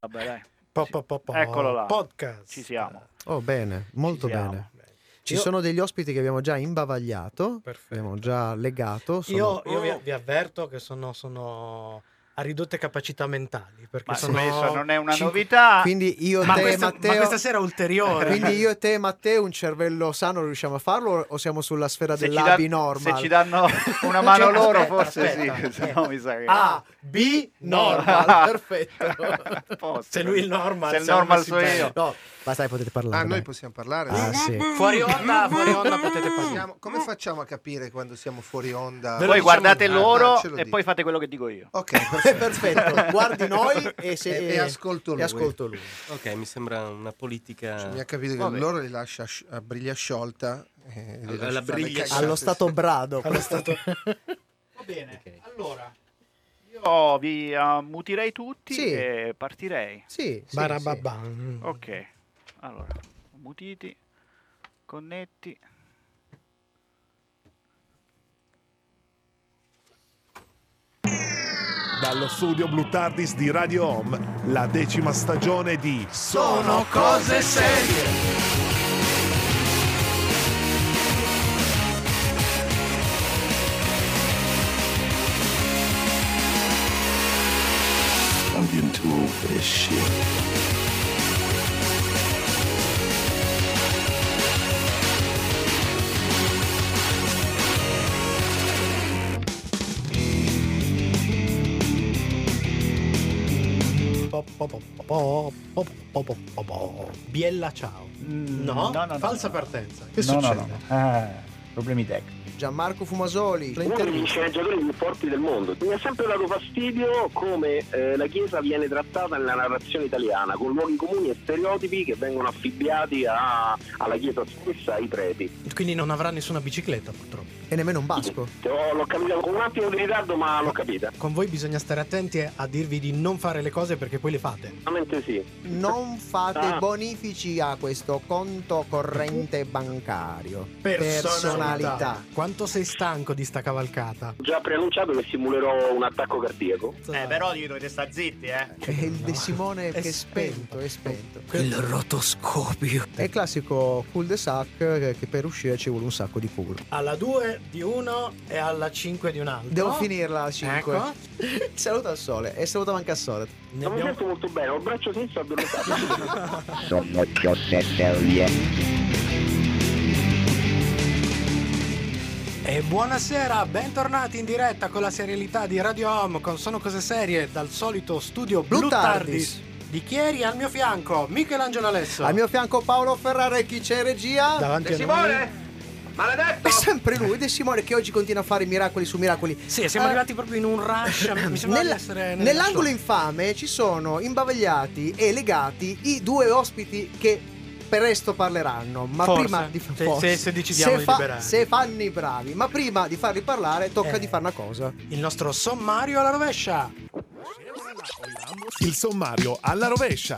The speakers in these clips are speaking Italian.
Vabbè, dai. Eccolo là. Podcast. Ci siamo. Oh, bene, molto Ci siamo. bene. Ci sono degli ospiti che abbiamo già imbavagliato, Perfetto. abbiamo già legato. Io vi avverto che sono a ridotte capacità mentali, perché Ma sono questo non è una 5 novità. Quindi io, Ma te e questa, Matteo... ma questa sera ulteriore. Quindi io e te e Matteo un cervello sano riusciamo a farlo o siamo sulla sfera Se ci dell'abinormal? se ci danno una mano Cioè, loro, aspetta, forse aspetta. sì. Se no mi sa che... A, B, normal. Perfetto. Posso. Se lui il normal, Se il siamo normal messi so bene. io. No, basta, potete parlare. Noi dai. possiamo parlare. Ah, sì. Fuori onda potete parlare. Come facciamo a capire quando siamo fuori onda? Ve lo Poi diciamo- guardate loro ce lo e dico. poi fate quello che dico io. Ok, perfetto. Perfetto, guardi noi e ascolto lui. e ascolto lui. Ok, mi sembra una politica. Cioè, mi ha capito che Vabbè. loro li lascia a briglia sciolta. Li lascia Alla fare le briglia- cazzate. Allo stato brado. Allo stato... Va bene. Ok. Allora, io vi mutirei tutti Sì. e partirei. Sì, sì, Barababam. Ok. Allora, mutiti, connetti. Dallo studio Blue Tardis di Radio Home, la 10ª stagione di Sono cose serie. I'm getting too old for this shit. Biella ciao. No? Falsa partenza. Che No, succede? no, no. Problemi tecnici. Gianmarco Fumasoli. Uno degli sceneggiatori più forti del mondo. Mi ha sempre dato fastidio come la Chiesa viene trattata nella narrazione italiana, con luoghi comuni e stereotipi che vengono affibbiati alla Chiesa stessa, ai preti. Quindi non avrà nessuna bicicletta, purtroppo. E nemmeno un basco. L'ho capito con un attimo di ritardo, ma l'ho capita. Con voi bisogna stare attenti a dirvi di non fare le cose perché poi le fate. Veramente sì. Non fate Ah. bonifici a questo conto corrente bancario. Personalità. Quanto sei stanco di sta cavalcata? Ho già preannunciato che simulerò un attacco cardiaco. Però dovete stare zitti, È il De Simone È che è spento, è spento. spento. Il rotoscopio. È il classico cul de sac che per uscire ci vuole un sacco di culo. Alla 2 di uno e alla 5 di un altro. Devo finirla a 5. Ecco. Saluta al sole e saluta anche a sole. Ne Non mi abbiamo... sento molto bene, ho il braccio sinistro addormentato. Sono cose serie. E buonasera, bentornati in diretta con la serialità di Radio Home con Sono Cose Serie dal solito studio Blue Tardis. Di Chieri al mio fianco, Michelangelo Alesso. Al mio fianco Paolo Ferrara e chi c'è in regia? Davanti a noi. Maledetto! È sempre lui, De Simone, che oggi continua a fare miracoli su miracoli. Sì, siamo arrivati proprio in un rush. Mi sembra di essere Nell'angolo infame ci sono imbavagliati e legati i due ospiti che presto parleranno. Ma Forse. prima di Se decidiamo di liberarli. se fanno i bravi, ma prima di farli parlare tocca di fare una cosa. il nostro sommario alla rovescia. il sommario alla rovescia.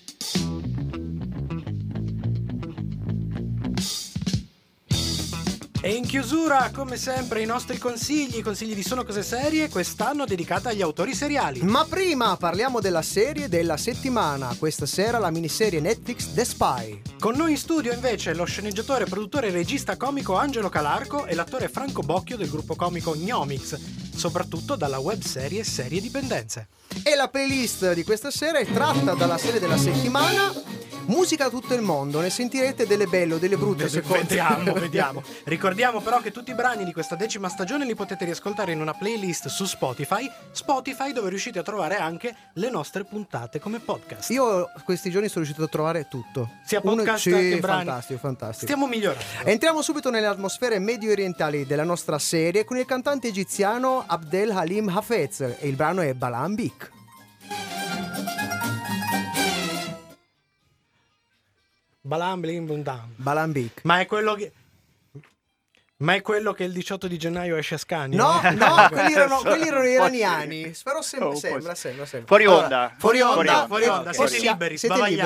E in chiusura, come sempre, i nostri consigli di Sono Cose Serie, quest'anno dedicata agli autori seriali. Ma prima parliamo della serie della settimana. Questa sera la miniserie Netflix The Spy. Con noi in studio invece lo sceneggiatore, produttore e regista comico Angelo Calarco e l'attore Franco Bocchio del gruppo comico Gnomix, soprattutto dalla webserie Serie Dipendenze. E la playlist di questa sera è tratta dalla serie della settimana. Musica da tutto il mondo, ne sentirete delle belle o delle brutte secondo. Vediamo. Ricordiamo però che tutti i brani di questa 10ª stagione li potete riascoltare in una playlist su Spotify, dove riuscite a trovare anche le nostre puntate come podcast. Io questi giorni sono riuscito a trovare tutto. Sia podcast Sì, che brani. fantastico. Stiamo migliorando. Entriamo subito nelle atmosfere medio orientali della nostra serie con il cantante egiziano Abdel Halim Hafez e il brano è Balambik. Balam blim bum dam. Balambik. Ma è quello che il 18 di gennaio esce a Scania? No, quelli erano iraniani. Però sembra. Fuori onda. Fuori onda. Siete liberi,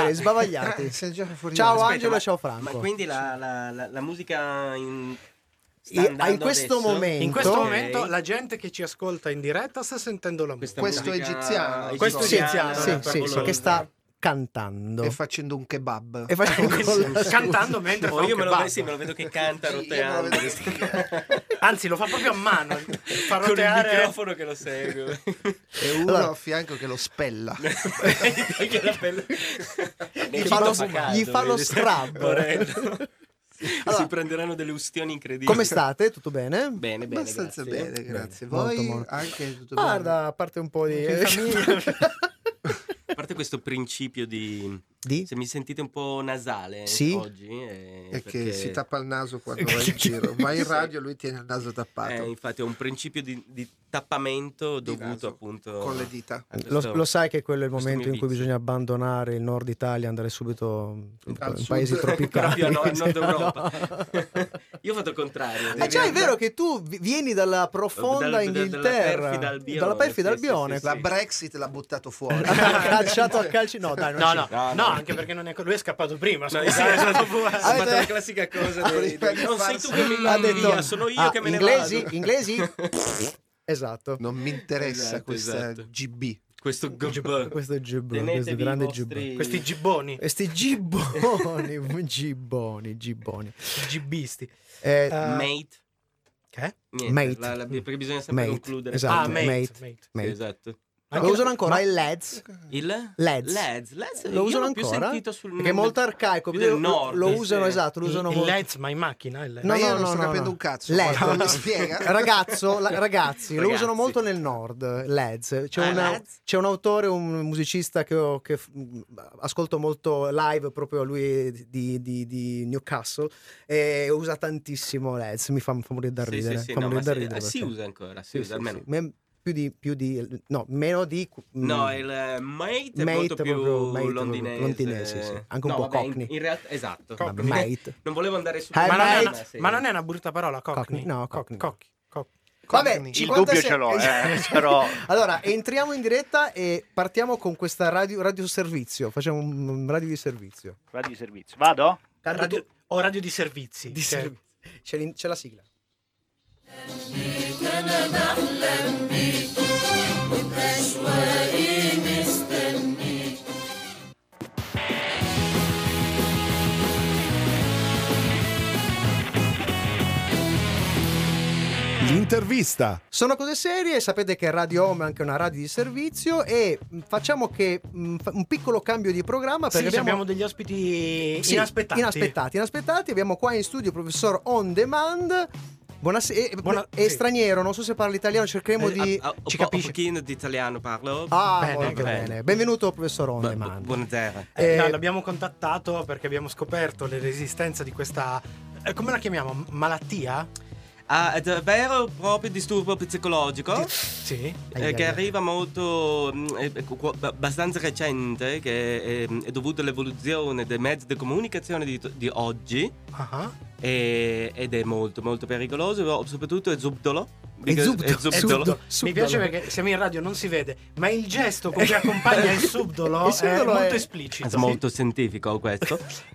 sbavagliati. Sei già fuori Ciao onda. Angelo, ciao Ma Franco. quindi la musica in in questo momento la gente che ci ascolta in diretta sta sentendo la musica. Questo egiziano. Questo egiziano. Sì, che sta cantando E facendo un kebab. Cantando mentre fa un io me kebab. lo vedo che canta roteando. Anzi, lo fa proprio a mano. Fa Con il roteare microfono che lo segue. E uno a fianco che lo spella. gli fa lo scrub. Si prenderanno delle ustioni incredibili. Come state? Tutto bene? Bene, Abbastanza grazie. bene, grazie. Molto, Voi molto. anche tutto Guarda, a parte un po' di A parte questo principio di... Se mi sentite un po' nasale oggi è che si tappa il naso quando va in giro, ma in radio lui tiene il naso tappato. Infatti è un principio di tappamento dovuto appunto con le dita. Lo sai che quello è il momento in cui vizio. bisogna abbandonare il nord Italia e andare subito in sud. paesi tropicali. Proprio a nord Europa. Io ho fatto il contrario. Cioè è vero che tu vieni dalla profonda Inghilterra, dalla perfida Albione. La Brexit l'ha buttato fuori. Cacciato a calci. No, dai, no, anche perché non è lui è scappato prima. No, ho fatto la classica cosa non sei tu che mi mandi via, sono io che me ne vado. Inglesi? Esatto. Non mi interessa questa GB. Questo Questo GB, Tenetevi questo grande i vostri- GB. Questi gibboni, Questi gibboni. gibbisti. mate. Che? Niente, Mate. perché bisogna sempre Mate, concludere. esatto. Mate. Mate. Esatto. Lo usano ancora il LEDs? Il LEDs. Io Lo usano l'ho più ancora? sentito sul Perché è molto arcaico. più del nord, lo usano, sì. esatto, lo usano Il molto. LEDs, ma in macchina? Il LED. Ma io non sto capendo un cazzo. LED. Qualcuno mi spiega? Ragazzi, lo usano molto nel nord, LEDs. C'è un autore, un musicista che ascolto molto live, proprio lui di Newcastle, e usa tantissimo LEDs, mi fa morire da ridere. Sì, fa morire da ridere si perché- usa ancora, Sì, almeno. meno di No, il mate è Mate molto è più proprio mate, londinese. sì. Anche un po' cockney. In realtà, esatto. Vabbè, mate. Non volevo andare su... Hey, Ma non è una brutta parola, cockney? No, cockney. Vabbè, Vabbè, Il dubbio ce l'ho, però... Allora, entriamo in diretta e partiamo con questa radio servizio. Facciamo un radio di servizio. Radio di servizio. Vado? Radio di servizi. C'è la sigla. L'intervista. Sono cose serie, sapete che Radio Home è anche una radio di servizio e facciamo che un piccolo cambio di programma perché abbiamo degli ospiti inaspettati. Abbiamo qua in studio il professor On Demand. Buonasera, è sì. straniero, non so se parla italiano, cercheremo di... Ci capisci? Un pochino di italiano parlo. Molto bene. bene. Benvenuto professor On Demand. Buonasera. No, l'abbiamo contattato perché abbiamo scoperto l'esistenza di questa... come la chiamiamo? Malattia? È vero proprio disturbo psicologico Sì. che arriva molto abbastanza recente, che è dovuto all'evoluzione dei mezzi di comunicazione di oggi. Ed è molto molto pericoloso, soprattutto è subdolo. Subdolo. Mi piace perché siamo in radio, non si vede, ma il gesto con cui accompagna il subdolo, è molto esplicito. È molto scientifico questo.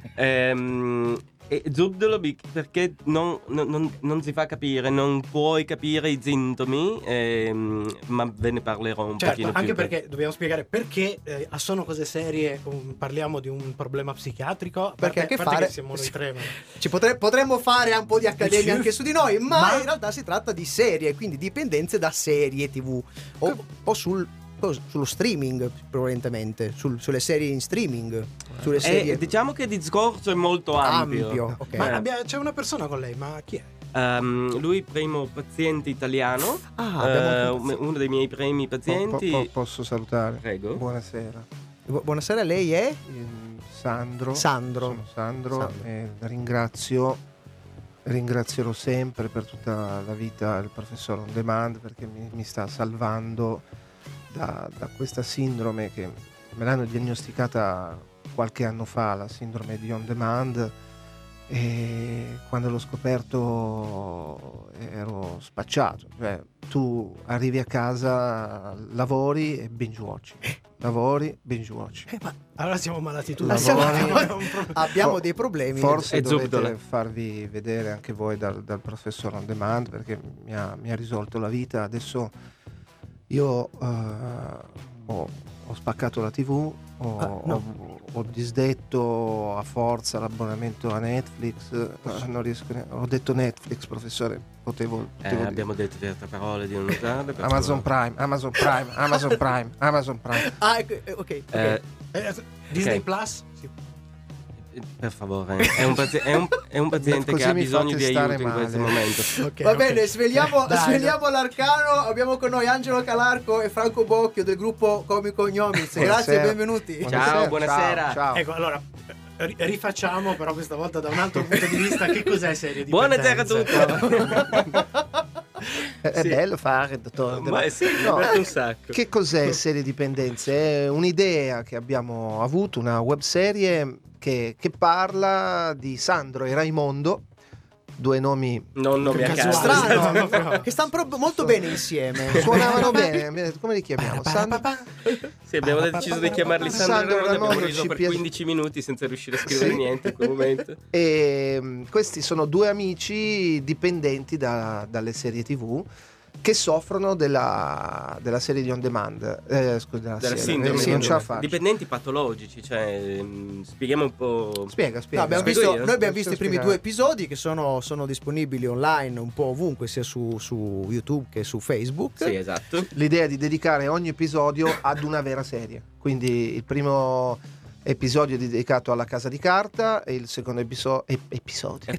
E subdolo perché non si fa capire, non puoi capire i sintomi, ma ve ne parlerò un pochino più. Anche perché dobbiamo spiegare perché a Sono Cose Serie parliamo di un problema psichiatrico. Perché a parte che siamo noi tre. Potremmo fare un po' di accademia anche su di noi, ma in realtà si tratta di serie, quindi dipendenze da serie TV o sullo streaming, probabilmente sulle serie in streaming, sulle serie. Diciamo che il discorso è molto ampio. Okay. Ma c'è una persona con lei, ma chi è? Lui primo paziente italiano, uno dei miei primi pazienti. Posso salutare? Prego. Buonasera. Buonasera, lei è? Sandro. Sandro. Sono Sandro. E ringrazierò sempre per tutta la vita il professor On Demand perché mi sta salvando da questa sindrome che me l'hanno diagnosticata qualche anno fa, la sindrome di On Demand, e quando l'ho scoperto ero spacciato. Cioè, tu arrivi a casa, lavori e binge watching. Ma allora siamo malati tutti. Abbiamo dei problemi. Forse dovete farvi vedere anche voi dal professor On Demand, perché mi ha risolto la vita. Adesso io ho spaccato la TV, ho disdetto a forza l'abbonamento a Netflix. Non riesco ho detto Netflix, professore, potevo abbiamo detto certe parole di non usarle. Amazon Prime. Ok. Disney Plus? Sì. Per favore, è un paziente che ha bisogno di aiuto in questo momento. Va bene, sveliamo l'arcano. Abbiamo con noi Angelo Calarco e Franco Bocchio del gruppo Comico Gnomiz. Grazie e benvenuti. Ciao, buonasera. Ciao. Ecco, allora rifacciamo però questa volta da un altro punto di vista. Che cos'è serie dipendenza? Buonasera a tutti. È bello fare, dottore. Ma sì, un sacco. Che cos'è serie dipendenze? È un'idea che abbiamo avuto, una webserie che parla di Sandro e Raimondo, due nomi non nomi a caso, strano, che stanno molto bene insieme. Suonavano bene. Come li chiamiamo? Sì, abbiamo deciso di chiamarli Sandro e Raimondo. Abbiamo riso per 15 minuti senza riuscire a scrivere niente in quel momento. E questi sono due amici dipendenti dalle serie TV che soffrono della serie di On Demand, della sindrome. Dipendenti patologici, cioè spieghiamo un po'. Spiega. No, noi abbiamo visto i primi 2 episodi che sono disponibili online un po' ovunque, sia su YouTube che su Facebook. Sì, esatto. L'idea è di dedicare ogni episodio ad una vera serie. Quindi il primo episodio è dedicato alla Casa di Carta e il secondo episodio è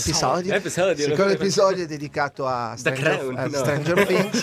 dedicato a Stranger Things.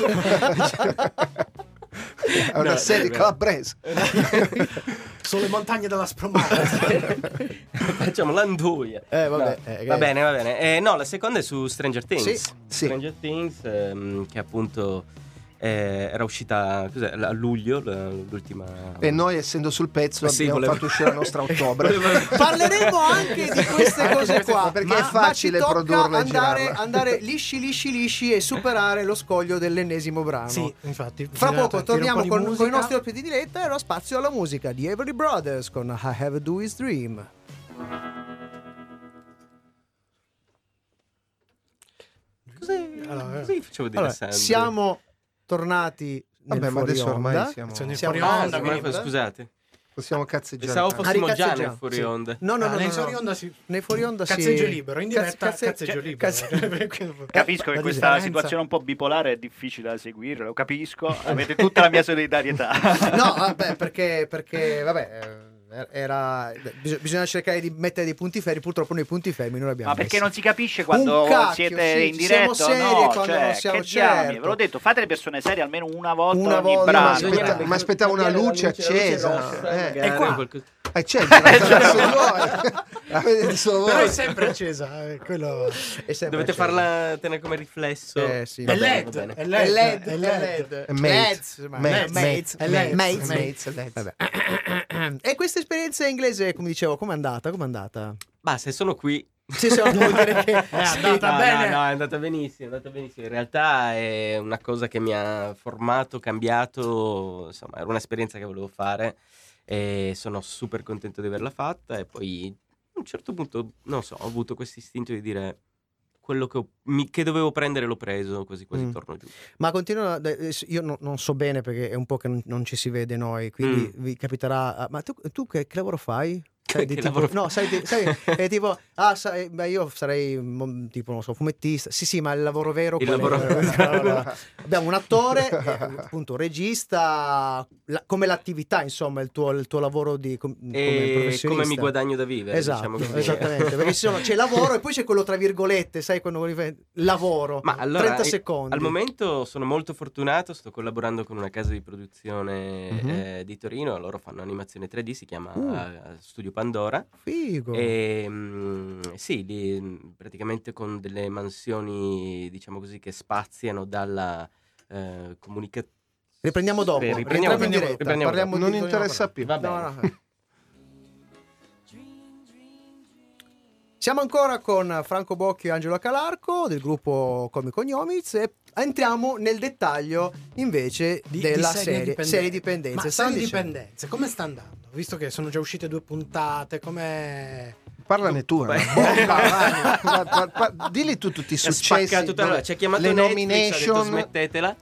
È una serie calabrese. Sulle montagne della Spromata. Facciamo l'anduia. Va bene. No, la seconda è su Stranger Things. Sì. Stranger Things, che appunto era uscita a luglio l'ultima, e noi, essendo sul pezzo, abbiamo fatto uscire la nostra a ottobre. Parleremo anche di queste cose qua, perché è facile produrla e andare lisci e superare lo scoglio dell'ennesimo brano. Sì, infatti. Fra poco torniamo con i nostri ospiti di diretta e lo spazio alla musica di Everly Brothers con I Have a Dewey's Dream. Così facevo dire sempre. Siamo tornati nel ma adesso ormai onda. siamo fuori onda, scusate. Possiamo cazzeggiare. Pensavo fossimo già nel fuori onda. No. Nei fuori onda cazzeggio libero, in diretta cazzeggio libero. Capisco che questa situazione un po' bipolare è difficile da seguire, lo capisco, avete tutta la mia solidarietà. No, vabbè, perché bisogna cercare di mettere dei punti fermi. Purtroppo noi punti fermi non abbiamo. Ma perché non si capisce quando siete in diretta? Siamo quando non siamo, ve l'ho detto, fate le persone serie almeno una volta ogni brano. Ma aspettavo una luce accesa. E qua accesa. Però è sempre accesa. Quello è sempre dovete accesa. farla tenere come riflesso. Sì, è LED. È LED. Mates. E questa esperienza inglese, come dicevo, com'è andata? Ma se sono qui vuol dire che è andata bene. No, è andata benissimo. In realtà è una cosa che mi ha formato, cambiato. Insomma, era un'esperienza che volevo fare e sono super contento di averla fatta. E poi a un certo punto, non so, ho avuto questo istinto di dire: quello che dovevo prendere l'ho preso, quasi torno giù. Ma continua, io non so bene perché è un po' che non ci si vede noi, quindi vi capiterà. Ma tu che lavoro fai? Sai, è tipo io sarei tipo, non so, fumettista. Sì, ma il lavoro vero abbiamo un attore, appunto regista, come l'attività, insomma, il tuo lavoro come professionista. Come mi guadagno da vivere, esatto, diciamo esattamente, perché c'è lavoro e poi c'è quello tra virgolette, sai, quando lavoro. Ma allora, 30 secondi. Al momento sono molto fortunato, sto collaborando con una casa di produzione di Torino, loro fanno animazione 3D, si chiama Studio Pandora. Figo. E sì, praticamente con delle mansioni, diciamo così, che spaziano dalla comunicazione. Riprendiamo dopo. Riprendiamo in diretta. Non interessa più. Va bene. No. Siamo ancora con Franco Bocchio e Angelo Calarco del gruppo Comico Gnomiz e entriamo nel dettaglio invece della serie Dipendenze. Ma Serie Dipendenze, come sta andando? Visto che sono già uscite 2 puntate, come... Parlane tu, dilli tu tutti i successi, ci ha chiamato le Netflix, nomination, ha detto, smettetela.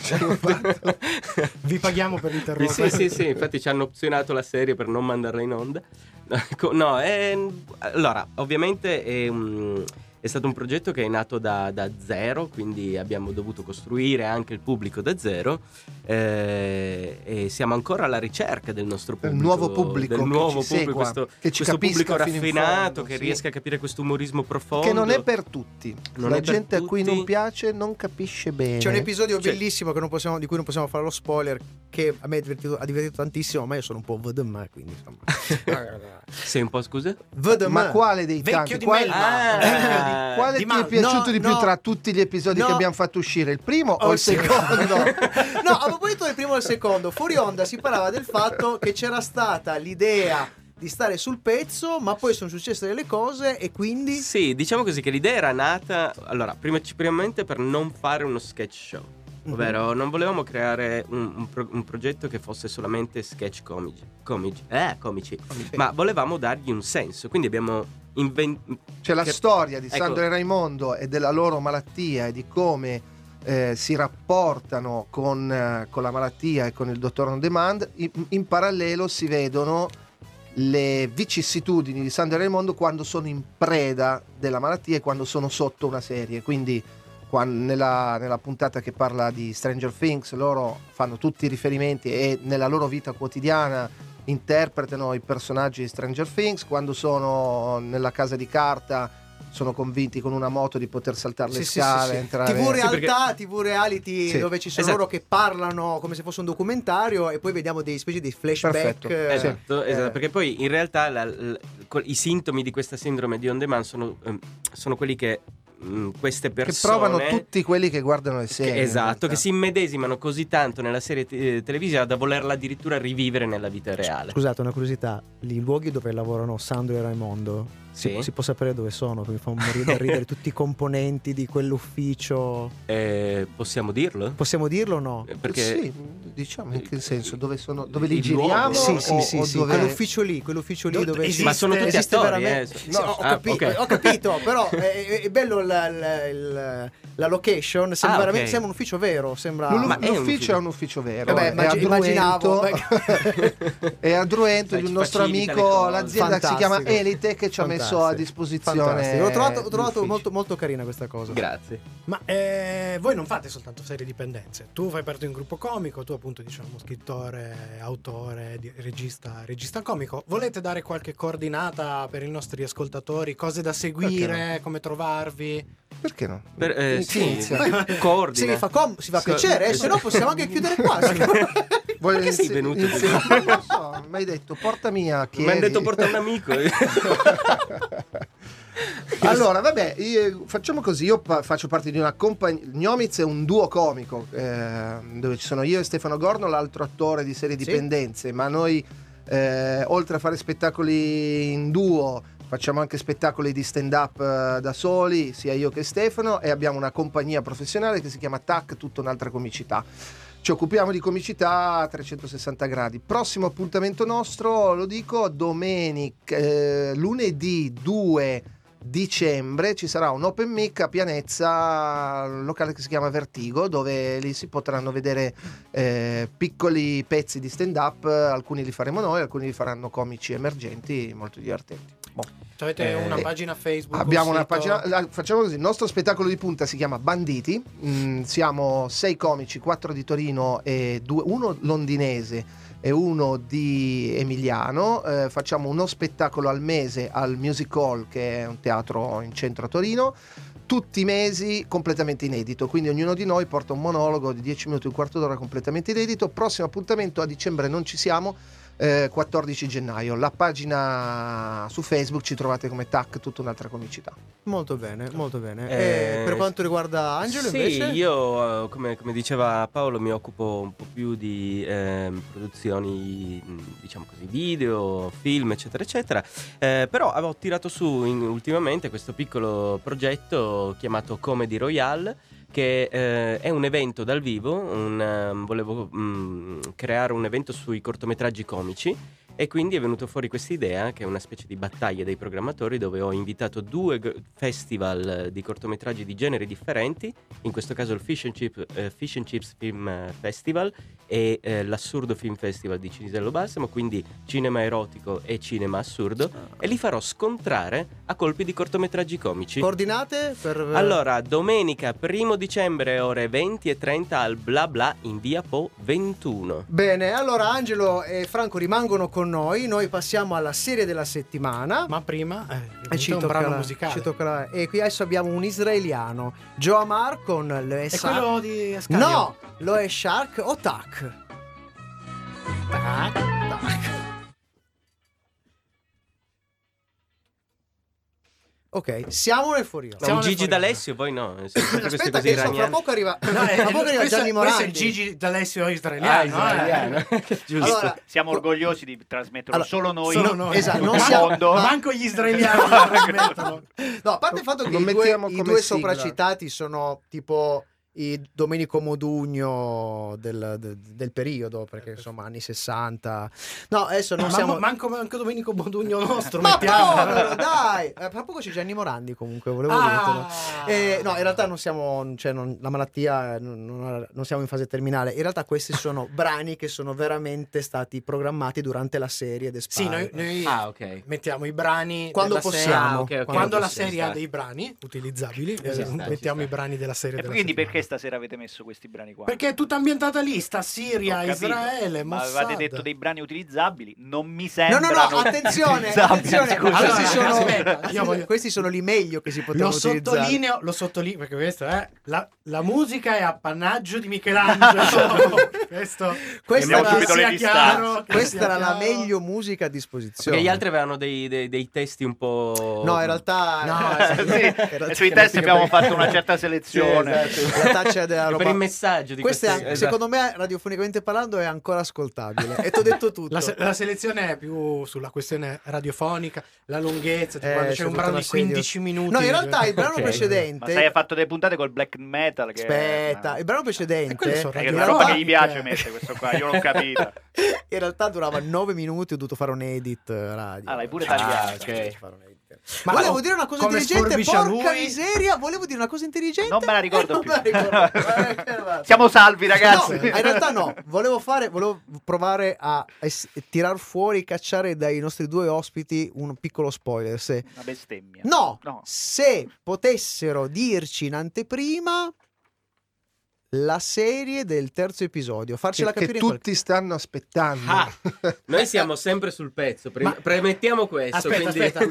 Vi paghiamo per l'interrompere. Sì, infatti ci hanno opzionato la serie per non mandarla in onda. No, allora, ovviamente è stato un progetto che è nato da zero, quindi abbiamo dovuto costruire anche il pubblico da zero, e siamo ancora alla ricerca del nostro pubblico, del nuovo pubblico, che ci questo pubblico raffinato, che riesca a capire questo umorismo profondo, che non è per tutti. La gente a cui non piace non capisce bene. C'è un episodio bellissimo di cui non possiamo fare lo spoiler, che a me ha divertito tantissimo, ma io sono un po' VDM, quindi insomma. Sei un po', scusa? Ma quale dei tanti? Quale ti è piaciuto di più tra tutti gli episodi che abbiamo fatto uscire? Il primo o il secondo? No, a proposito del primo e del secondo, fuori onda si parlava del fatto che c'era stata l'idea di stare sul pezzo, ma poi sono successe delle cose e quindi... Sì, diciamo così che l'idea era nata, allora, primamente per non fare uno sketch show. Ovvero non volevamo creare un progetto che fosse solamente sketch comici, ma volevamo dargli un senso, quindi abbiamo la storia di Sandro e Raimondo e della loro malattia e di come si rapportano con la malattia e con il Dottor On Demand. In parallelo si vedono le vicissitudini di Sandro e Raimondo quando sono in preda della malattia e quando sono sotto una serie, quindi nella puntata che parla di Stranger Things loro fanno tutti i riferimenti e nella loro vita quotidiana interpretano i personaggi di Stranger Things. Quando sono nella casa di carta sono convinti con una moto di poter saltare le scale, entrare... TV reality dove ci sono loro che parlano come se fosse un documentario e poi vediamo dei specie di flashback. Esatto, perché poi in realtà i sintomi di questa sindrome di on demand sono quelli che queste persone che provano tutti quelli che guardano le serie, che si immedesimano così tanto nella serie televisiva da volerla addirittura rivivere nella vita reale. Scusate, una curiosità, i luoghi dove lavorano Sandro e Raimondo si può sapere dove sono? Perché mi fa morire da ridere tutti i componenti di quell'ufficio. Possiamo dirlo? Possiamo dirlo o no? Perché sì, diciamo, in che senso? Dove li giriamo? Sì. Dove... quell'ufficio lì dove ma sono tutti attori, ho capito, però è bello la location, sembra un ufficio vero, sembra... L'ufficio è un ufficio vero. Immaginavo è a Druento di un nostro amico, l'azienda che si chiama Elite, che ci ha messo a disposizione. L'ho trovato molto, molto carina questa cosa. Grazie. Ma voi non fate soltanto serie dipendenze. Tu fai parte di un gruppo comico, tu appunto diciamo scrittore, autore, regista comico. Volete dare qualche coordinata per i nostri ascoltatori? Cose da seguire, come trovarvi? Perché no? Coordina. Si fa piacere, se no possiamo anche chiudere qua. Perché sei venuto? Non lo so, mi hai detto porta mia. Mi hanno detto porta un amico. Allora, vabbè, facciamo così. Io faccio parte di una compagnia. Gnomiz è un duo comico dove ci sono io e Stefano Gorno, l'altro attore di Serie Dipendenze. Ma noi, oltre a fare spettacoli in duo, facciamo anche spettacoli di stand-up da soli, sia io che Stefano, e abbiamo una compagnia professionale che si chiama TAC, tutta un'altra comicità. Ci occupiamo di comicità a 360 gradi. Prossimo appuntamento nostro, lo dico, lunedì 2 dicembre ci sarà un open mic a Pianezza, un locale che si chiama Vertigo, dove lì si potranno vedere piccoli pezzi di stand-up. Alcuni li faremo noi, alcuni li faranno comici emergenti molto divertenti. Avete una pagina Facebook? Abbiamo una pagina. Facciamo così: il nostro spettacolo di punta si chiama Banditi. Siamo 6 comici, 4 di Torino e 2, uno londinese e uno di Emiliano. Facciamo uno spettacolo al mese al Music Hall, che è un teatro in centro a Torino, tutti i mesi, completamente inedito, quindi ognuno di noi porta un monologo di 10 minuti, un quarto d'ora completamente inedito. Prossimo appuntamento a dicembre non ci siamo, 14 gennaio. La pagina su Facebook ci trovate come TAC, tutta un'altra comicità. Molto bene, molto bene. E per quanto riguarda Angelo, sì, invece? Io come diceva Paolo mi occupo un po' più di produzioni, diciamo così, video, film, eccetera eccetera, però avevo tirato su ultimamente questo piccolo progetto chiamato Comedy Royale, che è un evento dal vivo. Volevo creare un evento sui cortometraggi comici, e quindi è venuto fuori questa idea, che è una specie di battaglia dei programmatori, dove ho invitato 2 festival di cortometraggi di generi differenti, in questo caso il Fish and Chips Film Festival e l'Assurdo Film Festival di Cinisello Balsamo, quindi cinema erotico e cinema assurdo, e li farò scontrare a colpi di cortometraggi comici. Coordinate per... Allora, domenica 1 dicembre ore 20:30 al Bla Bla in via Po 21. Bene, allora Angelo e Franco rimangono con noi passiamo alla serie della settimana. Ma prima ci un tocca brano musicale. E qui adesso abbiamo un israeliano, Joe Amar con le È quello di Ascanio? No, lo è Shark o Tac? Tac. Ok, siamo nel fuori onda. Siamo un Gigi D'Alessio, poi no. Aspetta che fra poco arriva, Gianni Morandi. Questo è il Gigi D'Alessio israeliano. Giusto. Allora, siamo orgogliosi di trasmetterlo solo noi. Esatto, non mondo. Manco gli israeliani lo trasmettono. No, a parte il fatto che i due sopracitati sono tipo i Domenico Modugno del periodo, perché insomma anni 60. No, adesso non siamo manco Domenico Modugno nostro. Ma povero, dai! Fra poco c'è Gianni Morandi, comunque volevo dirtelo. No, in realtà non siamo, cioè la malattia non siamo in fase terminale. In realtà questi sono brani che sono veramente stati programmati durante la serie The Spy. Sì, noi mettiamo i brani quando possiamo. Quando la serie ha dei brani utilizzabili, mettiamo i brani della serie. E quindi perché stasera avete messo questi brani qua? Perché è tutta ambientata lì, sta Siria, Israele, ma Mossad. avevate detto dei brani utilizzabili, non mi sembra. No, attenzione. Allora, questi sono li meglio che si potevano utilizzare. Lo sottolineo perché questo è la musica è appannaggio di Michelangelo. Questa era la meglio musica a disposizione. Perché gli altri avevano dei testi un po'. No, in realtà sui testi abbiamo fatto una certa selezione. La taccia della roba. Per il messaggio di questa secondo me, radiofonicamente parlando, è ancora ascoltabile. E ti ho detto tutto. La selezione è più sulla questione radiofonica, la lunghezza, quando c'è un brano di 15 minuti. No, in realtà il brano precedente. Ma sai, hai fatto delle puntate col black metal. Aspetta, il brano precedente. È una roba che gli piace mettere questo qua, io l'ho capito. In realtà durava 9 minuti, ho dovuto fare un edit radio. L'hai pure tagliato. Ok. Ma volevo dire una cosa intelligente, porca miseria, volevo dire una cosa intelligente. Non me la ricordo più. Siamo salvi, ragazzi. No, in realtà no, volevo provare a tirar fuori, cacciare dai nostri 2 ospiti un piccolo spoiler. Una bestemmia. No, se potessero dirci in anteprima la serie del terzo episodio, farcela capire che tutti stanno aspettando. Noi siamo sempre sul pezzo. Premettiamo questo. Aspetta.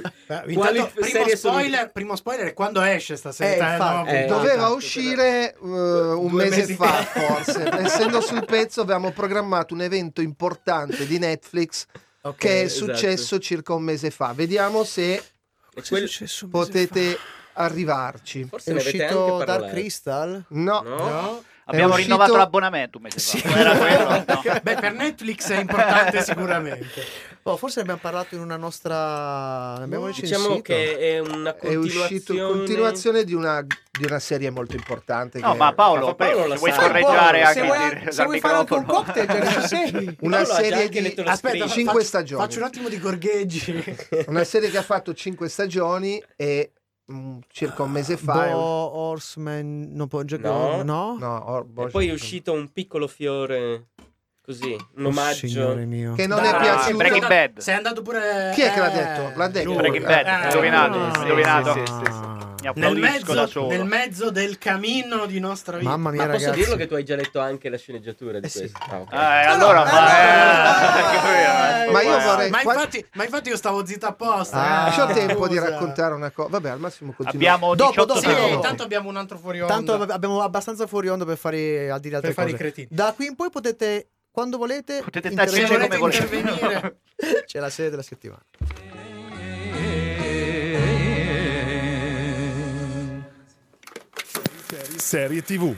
Primo spoiler è quando esce stasera. Doveva uscire un mese fa, forse. Essendo sul pezzo, avevamo programmato un evento importante di Netflix che è successo circa un mese fa. Vediamo se potete arrivarci. Forse è uscito Dark Crystal? No. Abbiamo rinnovato l'abbonamento un mese fa. Era quello? No. Beh, per Netflix è importante sicuramente. Forse ne abbiamo parlato in una nostra. Diciamo che è una continuazione di una serie molto importante. No, ma Paolo vuoi scorreggiare anche se vuoi fare anche un cocktail, una serie di 5 stagioni. Faccio un attimo di gorgheggi. Una serie che ha fatto 5 stagioni e circa un mese fa Horseman non può giocare, no? E poi è uscito un piccolo fiore così, un omaggio che non è piaciuto. Breaking Bad. Sei andato pure. Chi è che l'ha detto? L'ha detto Breaking Bad. Indovinato. Nel mezzo del cammino di nostra vita. Mamma mia, posso dirlo che tu hai già letto anche la sceneggiatura di questo? Allora, ma io vorrei. Ma infatti io stavo zitto apposta. C'ho tempo di raccontare una cosa. Vabbè, al massimo Abbiamo continuiamo. 18 secondi. Tanto abbiamo un altro fuori onda. Tanto abbiamo abbastanza fuori onda per fare al di là altre per fare cose. i cretini. Da qui in poi potete quando volete potete tacere come volete. C'è la serie della settimana. Serie TV.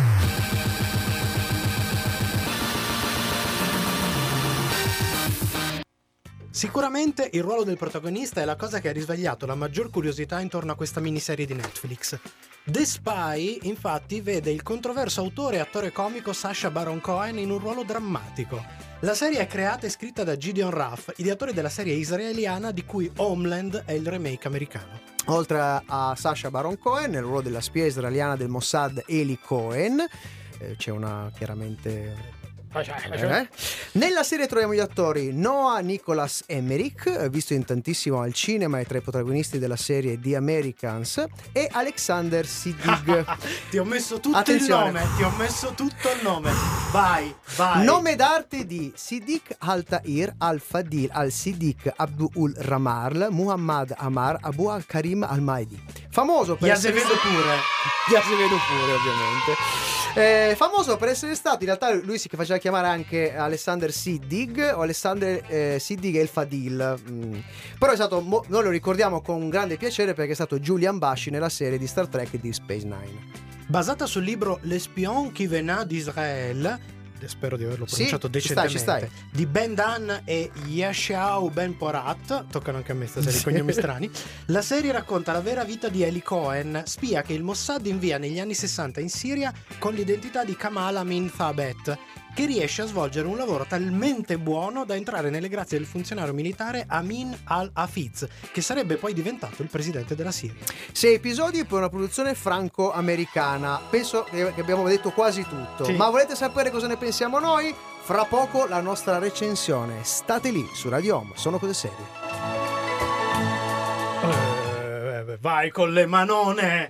Sicuramente il ruolo del protagonista è la cosa che ha risvegliato la maggior curiosità intorno a questa miniserie di Netflix. The Spy, infatti, vede il controverso autore e attore comico Sacha Baron Cohen in un ruolo drammatico. La serie è creata e scritta da Gideon Raff, ideatore della serie israeliana di cui Homeland è il remake americano. Oltre a Sacha Baron Cohen, nel ruolo della spia israeliana del Mossad Eli Cohen, c'è una chiaramente... Nella serie troviamo gli attori Noah Nicholas Emmerich, visto in tantissimo al cinema e tra i protagonisti della serie The Americans, e Alexander Siddig. Ti ho messo tutto il nome. Vai. Nome d'arte di Siddiq Al-Tahir Al-Fadil Al-Siddiq Abdul Ramal Muhammad Amar Abu Al-Karim Al-Maidi. Famoso per essere famoso per essere stato, in realtà lui si faceva chiamare anche Alexander Siddig o Alexander Siddig El Fadil, però è stato noi lo ricordiamo con grande piacere perché è stato Julian Bashi nella serie di Star Trek di Space Nine. Basata sul libro L'espion qui venait d'Israël, spero di averlo pronunciato decentemente, ci stai. Di Ben Dan e Yashau Ben Porat, toccano anche a me stasera i cognomi strani. La serie racconta la vera vita di Eli Cohen, spia che il Mossad invia negli anni 60 in Siria con l'identità di Kamal Amin Thabet, che riesce a svolgere un lavoro talmente buono da entrare nelle grazie del funzionario militare Amin al-Hafiz, che sarebbe poi diventato il presidente della Siria. 6 episodi per una produzione franco-americana. Penso che abbiamo detto quasi tutto, ma volete sapere cosa ne pensiamo noi? Fra poco la nostra recensione. State lì su Radio Home, sono cose serie. Vai con le manone!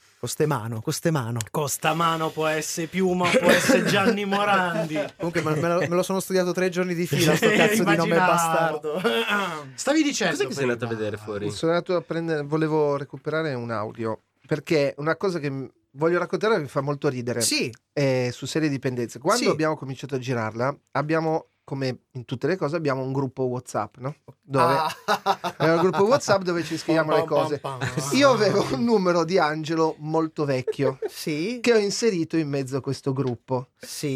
Costamano può essere Piuma, può essere Gianni Morandi. Comunque me lo sono studiato 3 giorni di fila sto cazzo di nome bastardo. Stavi dicendo cos'è che sei andato a vedere fuori? Sono andato a prendere, volevo recuperare un audio perché una cosa che voglio raccontare mi fa molto ridere. Sì. Su Serie Dipendenze. Quando abbiamo cominciato a girarla abbiamo, come in tutte le cose, abbiamo un gruppo WhatsApp, no? Dove è un gruppo WhatsApp dove ci scriviamo le cose. Io avevo un numero di Angelo molto vecchio che ho inserito in mezzo a questo gruppo.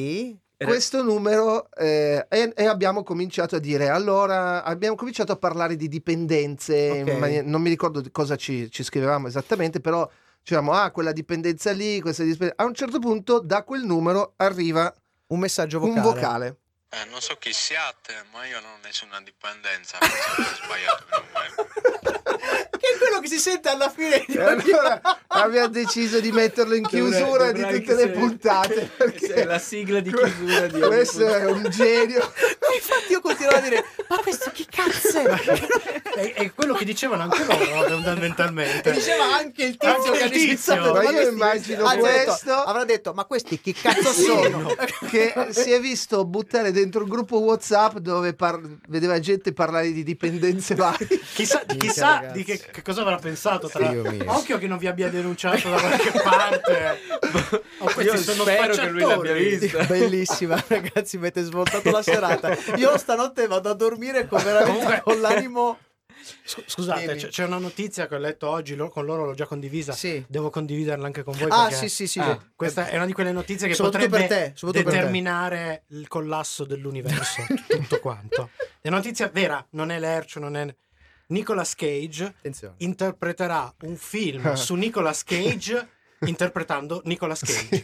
Questo numero e abbiamo cominciato a dire, allora abbiamo cominciato a parlare di dipendenze, non mi ricordo di cosa ci scrivevamo esattamente, però dicevamo quella dipendenza lì, questa dipendenza. A un certo punto da quel numero arriva un messaggio vocale. Non so chi siate, ma io non ho nessuna dipendenza, ho sbagliato il numero. Che è quello che si sente alla fine. Allora abbiamo deciso di metterlo in chiusura di tutte le puntate. È la sigla di chiusura di questo è un genio. Infatti io continuo a dire, ma questo chi cazzo è? È quello che dicevano anche loro fondamentalmente. E diceva anche il tizio che ha iniziato. Ma io immagino questo. Avrà detto, ma questi chi cazzo sono? Che si è visto buttare dentro un gruppo WhatsApp dove vedeva gente parlare di dipendenze varie. Chissà di che cosa avrà pensato. Occhio che non vi abbia denunciato da qualche parte. Io spero che lui l'abbia vista. Bellissima, ragazzi, mi avete svoltato la serata. Io stanotte vado a dormire con l'animo. Scusate, c'è una notizia che ho letto oggi, con loro l'ho già condivisa. Devo condividerla anche con voi. Sì. Questa è una di quelle notizie che potrebbe determinare il collasso dell'universo. Tutto quanto. È una notizia vera, non è Lercio, non è. Nicolas Cage interpreterà un film su Nicolas Cage interpretando Nicolas Cage.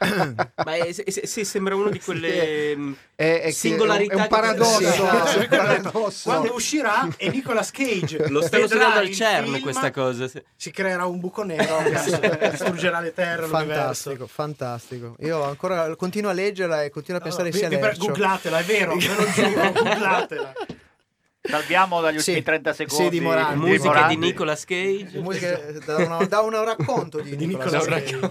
Ma sì, sembra uno di quelle singolarità. È un paradosso. Quando uscirà è Nicolas Cage. Lo stanno studiando al CERN questa cosa. Si creerà un buco nero che distruggerà le terre. Fantastico. Io ancora continuo a leggerla e continuo a pensare sia Lercio. Googlatela, è vero, ve lo giuro, googlatela. Salviamo dagli ultimi 30 secondi di Morandi. Musica di Nicolas Cage. Musica da un racconto di Nicolas Cage.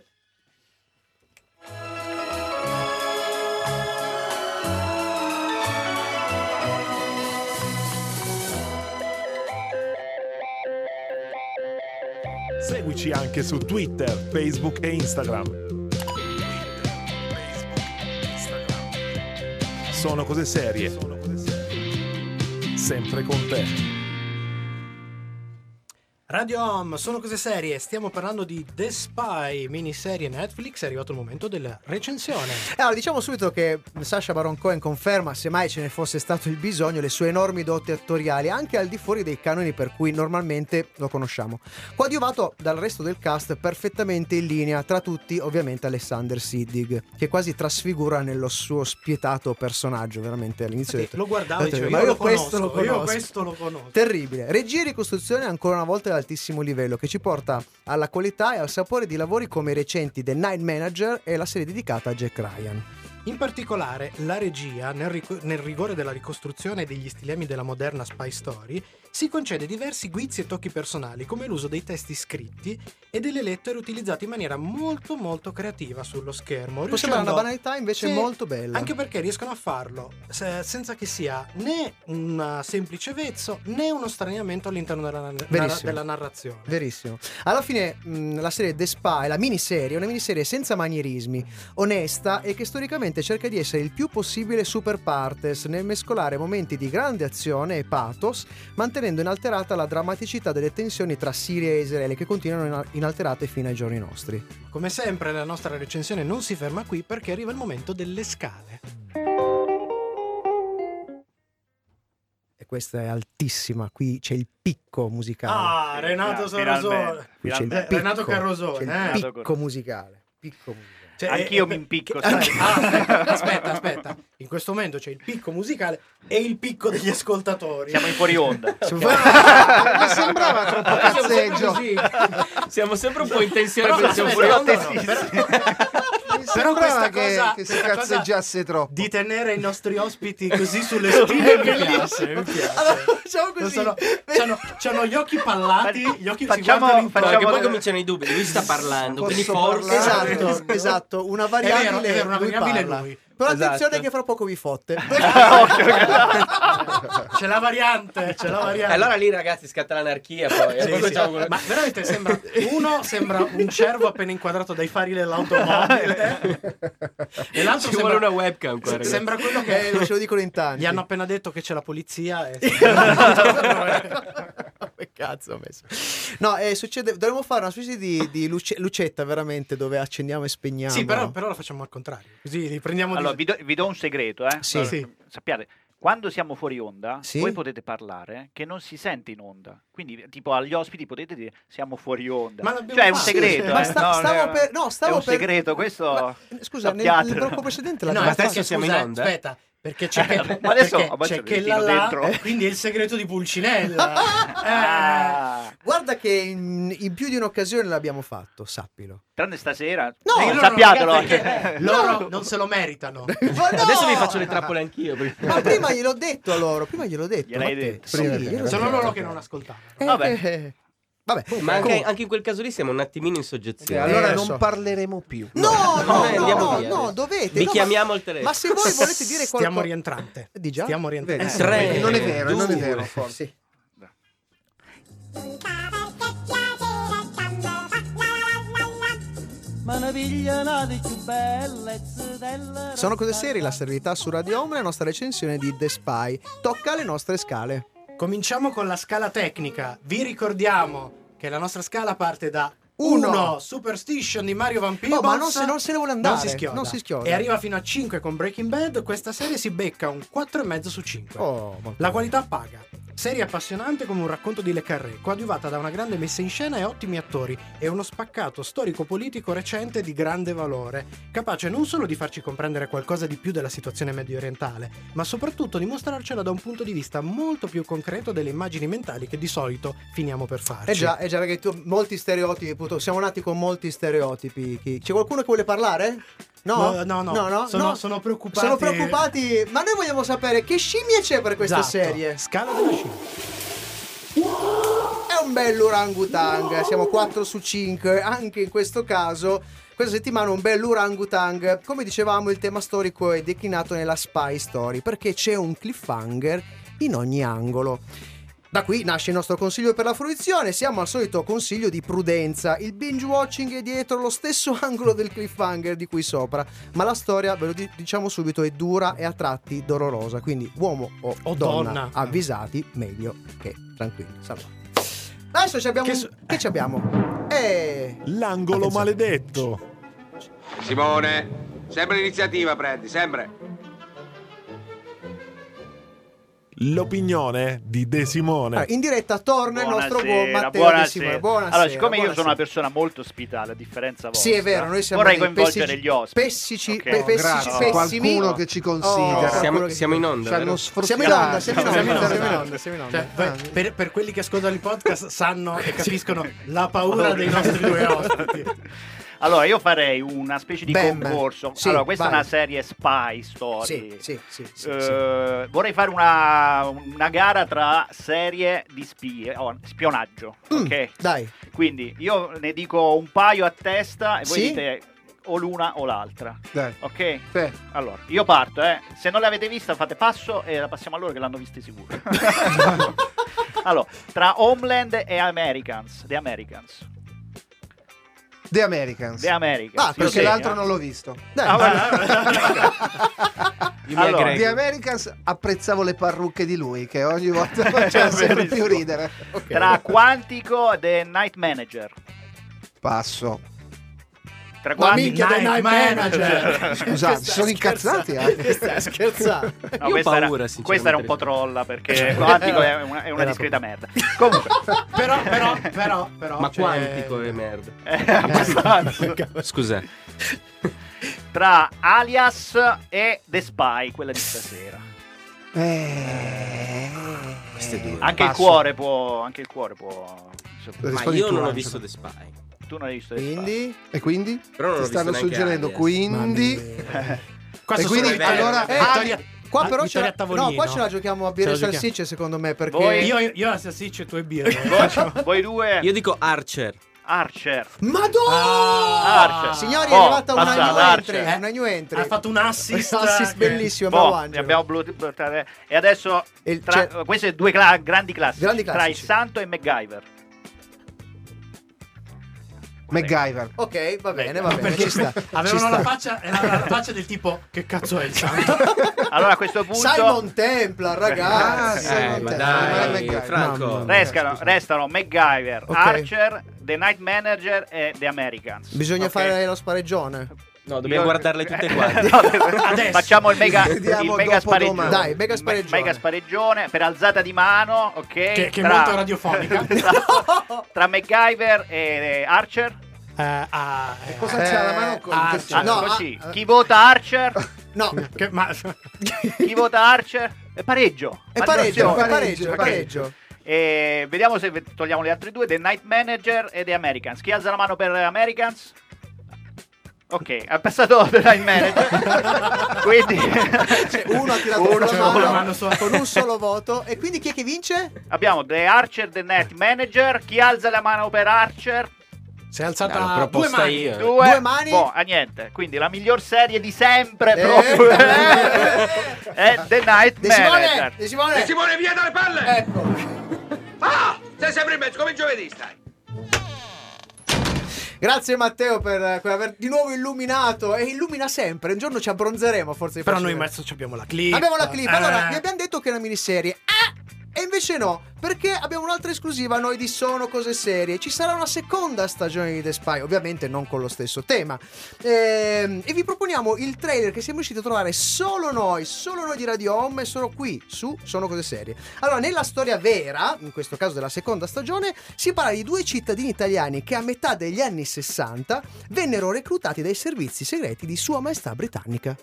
Seguici anche su Twitter, Facebook e Instagram. Sono cose serie. Sempre con te. Radio Home, sono cose serie, stiamo parlando di The Spy, miniserie Netflix, è arrivato il momento della recensione. Allora, diciamo subito che Sacha Baron Cohen conferma, se mai ce ne fosse stato il bisogno, le sue enormi doti attoriali, anche al di fuori dei canoni per cui normalmente lo conosciamo. Coadiuvato dal resto del cast perfettamente in linea, tra tutti ovviamente Alexander Siddig, che quasi trasfigura nello suo spietato personaggio, veramente all'inizio. Sì, lo guardavo e dicevo, ma io questo lo conosco. Io questo lo conosco. Terribile. Regia e ricostruzione ancora una volta di altissimo livello, che ci porta alla qualità e al sapore di lavori come i recenti The Night Manager e la serie dedicata a Jack Ryan. In particolare la regia, nel rigore della ricostruzione degli stilemi della moderna spy story, si concede diversi guizzi e tocchi personali, come l'uso dei testi scritti e delle lettere utilizzate in maniera molto molto creativa sullo schermo. Può sembrare una banalità, invece sì, molto bella. Anche perché riescono a farlo senza che sia né un semplice vezzo né uno straniamento all'interno della narrazione. Verissimo. Alla fine la serie The Spy, la miniserie, è una miniserie senza manierismi, onesta e che storicamente cerca di essere il più possibile super partes nel mescolare momenti di grande azione e pathos, mantenendo inalterata la drammaticità delle tensioni tra Siria e Israele, che continuano inalterate fino ai giorni nostri. Come sempre la nostra recensione non si ferma qui, perché arriva il momento delle scale. E questa è altissima, qui c'è il picco musicale. Ah, Renato Carosone. Renato Carosone, c'è il picco musicale. Cioè, anch'io mi impicco. Aspetta. In questo momento c'è il picco musicale e il picco degli ascoltatori. Siamo in fuori onda. Mi sembrava troppo cazzeggio. Siamo sempre un po' in tensione perché siamo fuori onda. Però questa cosa che si cazzeggiasse troppo, di tenere i nostri ospiti così sulle spine mi piace. Allora, facciamo così. C'hanno gli occhi pallati, gli occhi facciamo poi cominciano i dubbi, lui sta parlando, quindi forse esatto, una variabile, è una variabile lui. Però attenzione che fra poco vi fotte. C'è la variante. Allora lì ragazzi scatta l'anarchia poi. Sì. Ma veramente sembra un cervo appena inquadrato dai fari dell'automobile. E l'altro ci vuole una webcam qua, ragazzi. Sembra quello che ce lo dicono in tanti. Gli hanno appena detto che c'è la polizia e... Che cazzo ho messo? No, succede, dovremmo fare una specie di lucetta veramente, dove accendiamo e spegniamo. Sì, però lo facciamo al contrario. Così li prendiamo. Allora, vi do un segreto, Sì. Allora, sappiate, quando siamo fuori onda, sì, voi potete parlare che non si sente in onda. Quindi, tipo, agli ospiti potete dire siamo fuori onda. Cioè, è un segreto. Ma stavo un segreto, questo. Ma, scusa, nel blocco precedente ma adesso siamo in onda. Aspetta. Perché c'è che là, quindi è il segreto di Pulcinella. Guarda che in più di un'occasione l'abbiamo fatto, sappilo. Tranne stasera. No, sappiatelo. Loro non se lo meritano. Adesso vi faccio le trappole anch'io. Ma prima gliel'ho detto a loro, Gliel'hai detto. Sì, sono loro che non ascoltavano. Vabbè, ma anche in quel caso lì siamo un attimino in soggezione. Allora non parleremo più. Andiamo via. No, dovete. Vi chiamiamo al telefono. Ma se voi volete dire qualcosa. Stiamo rientrante. Di già? Stiamo rientrante. Non è vero, forse. Sì. Sono cose serie, la serietà su Radio Home, la nostra recensione di The Spy. Tocca alle nostre scale. Cominciamo con la scala tecnica. Vi ricordiamo che la nostra scala parte da 1 Superstition di Mario Van Peebles. Ma non se ne vuole andare. Non si schioda. E arriva fino a 5 con Breaking Bad. Questa serie si becca un 4,5 su 5. La qualità paga. Serie appassionante come un racconto di Le Carré, coadiuvata da una grande messa in scena e ottimi attori e uno spaccato storico-politico recente di grande valore, capace non solo di farci comprendere qualcosa di più della situazione medio-orientale, ma soprattutto di mostrarcela da un punto di vista molto più concreto delle immagini mentali che di solito finiamo per farci. Eh già, perché molti stereotipi, siamo nati con molti stereotipi. C'è qualcuno che vuole parlare? No. Sono preoccupati. Sono preoccupati, ma noi vogliamo sapere che scimmie c'è per questa serie. Scala della scimmia. È un bell'orangutang. Siamo 4 su 5. Anche in questo caso, questa settimana un bell'orangutang. Come dicevamo, il tema storico è declinato nella spy story, perché c'è un cliffhanger in ogni angolo. Da qui nasce il nostro consiglio per la fruizione. Siamo al solito consiglio di prudenza. Il binge watching è dietro lo stesso angolo del cliffhanger di qui sopra, ma la storia, ve lo diciamo subito, è dura e a tratti dolorosa. Quindi uomo o donna avvisati, meglio che tranquilli. Salve. Adesso ci abbiamo che ci abbiamo? L'angolo maledetto. Simone, sempre l'iniziativa prendi, sempre. L'opinione di De Simone. In diretta torna il nostro buon Matteo De Simone. Buonasera. Allora, siccome io sono una persona molto ospitale, a differenza vostra, sì, è vero, noi siamo vorrei coinvolgere gli ospiti. Pessimi. Qualcuno che ci considera. Siamo in onda. Siamo in onda. Per quelli che ascoltano il podcast sanno e capiscono la paura dei nostri due ospiti. Allora, io farei una specie di concorso. Sì, allora, questa è una serie spy story. Sì. Vorrei fare una gara tra serie di spionaggio. Ok? Dai. Quindi io ne dico un paio a testa e voi dite o l'una o l'altra. Dai. Ok? Sì. Allora, io parto, Se non l'avete vista fate passo e la passiamo a loro che l'hanno vista sicuro. Allora, tra Homeland e Americans. The Americans. The Americans. Sì, perché l'altro non l'ho visto. Allora, The Americans apprezzavo le parrucche di lui, che ogni volta faceva sempre più ridere. Okay. Tra Quantico e The Night Manager. Passo. Tra Quantico The Night Manager. Scusate, sono incazzati. Stai scherzando? No, questa era un po' trolla, perché Quantico è una discreta merda. Comunque, però. Ma Quantico è merda. Scusa. Tra Alias e The Spy, quella di stasera. Queste due. Anche il cuore può. Ma io non ho visto The Spy. Tu non hai visto Quindi? E quindi? Però non ti stanno suggerendo Alias. Quindi E quindi allora qua però qua ce la giochiamo a birra e salsicce, secondo me, perché io la salsiccia e tu e birra. Voi due. Io dico Archer. Madonna! Archer. Signori, è arrivata una new entry. Ha fatto un assist bellissimo. Abbiamo e adesso queste due grandi classici. Tra il Santo e MacGyver. MacGyver. Ok, va bene, perché ci sta. Avevano la faccia del tipo, che cazzo è il Santo? Allora a questo punto Simon Templar, ragazzi. Ma dai, Franco. Restano MacGyver, Archer, The Night Manager e The Americans. Bisogna fare lo spareggione. No, dobbiamo guardarle tutte quante. Adesso facciamo il mega spareggione. Dai, mega spareggione per alzata di mano, ok? Che è molto radiofonica. Tra MacGyver e Archer. Cosa c'ha la mano così. Chi vota Archer? No, chi vota Archer? È pareggio. È pareggio. E vediamo se togliamo le altre due, The Night Manager e The Americans. Chi alza la mano per Americans? Ok, ha passato The Night Manager. Quindi uno ha tirato la mano con un solo voto. E quindi chi è che vince? Abbiamo The Archer, The Night Manager. Chi alza la mano per Archer? Si è alzata due mani. Due mani. A niente. Quindi la miglior serie di sempre proprio è The Night Manager. De Simone, via dalle palle! Ecco. Sei sempre in mezzo, come giovedì stai. Grazie Matteo per aver di nuovo illuminato, e illumina sempre. Un giorno ci abbronzeremo, forse. Però noi in mezzo abbiamo la clip. Abbiamo la clip. Allora, vi abbiamo detto che è una miniserie. E invece no, perché abbiamo un'altra esclusiva noi di Sono Cose Serie. Ci sarà una seconda stagione di The Spy, ovviamente non con lo stesso tema. E vi proponiamo il trailer che siamo riusciti a trovare solo noi di Radio Home, e solo qui su Sono Cose Serie. Allora, nella storia vera, in questo caso della seconda stagione, si parla di due cittadini italiani che a metà degli anni 60 vennero reclutati dai servizi segreti di Sua Maestà Britannica.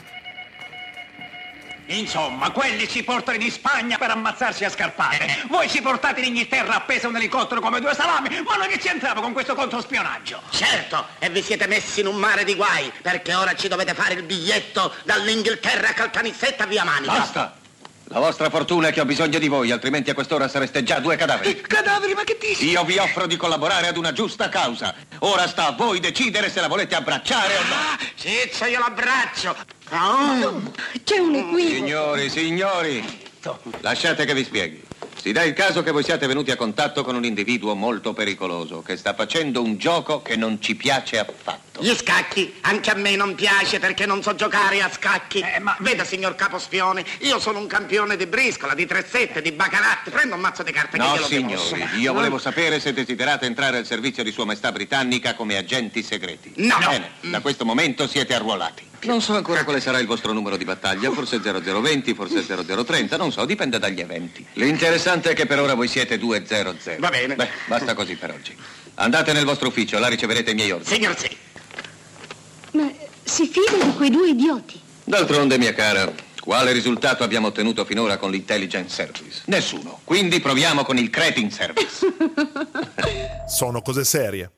Insomma, quelli ci portano in Spagna per ammazzarsi a scarpate. Voi ci portate in Inghilterra appeso a un elicottero come due salami. Ma noi che ci entriamo con questo controspionaggio? Certo, e vi siete messi in un mare di guai, perché ora ci dovete fare il biglietto dall'Inghilterra a Caltanissetta via Manica. Basta! La vostra fortuna è che ho bisogno di voi, altrimenti a quest'ora sareste già due cadaveri. Cadaveri, ma che dici? Io vi offro di collaborare ad una giusta causa. Ora sta a voi decidere se la volete abbracciare o no. Ciccio, io l'abbraccio. C'è un equivoco. Signori, lasciate che vi spieghi. Si dà il caso che voi siate venuti a contatto con un individuo molto pericoloso che sta facendo un gioco che non ci piace affatto. Gli scacchi, anche a me non piace perché non so giocare a scacchi. Veda, signor capospione, io sono un campione di briscola, di trezzette, di baccarat. Prendo un mazzo di carte. No, che glielo signori, devo. io volevo sapere se desiderate entrare al servizio di Sua Maestà Britannica come agenti segreti. No. Bene, da questo momento siete arruolati. Non so ancora quale sarà il vostro numero di battaglia, forse 0020, forse 0030, non so, dipende dagli eventi. L'interessante è che per ora voi siete 200. Va bene. Beh, basta così per oggi. Andate nel vostro ufficio, là riceverete i miei ordini. Signor sì. Ma si fida di quei due idioti? D'altronde, mia cara, quale risultato abbiamo ottenuto finora con l'Intelligence Service? Nessuno. Quindi proviamo con il Cretin Service. Sono cose serie.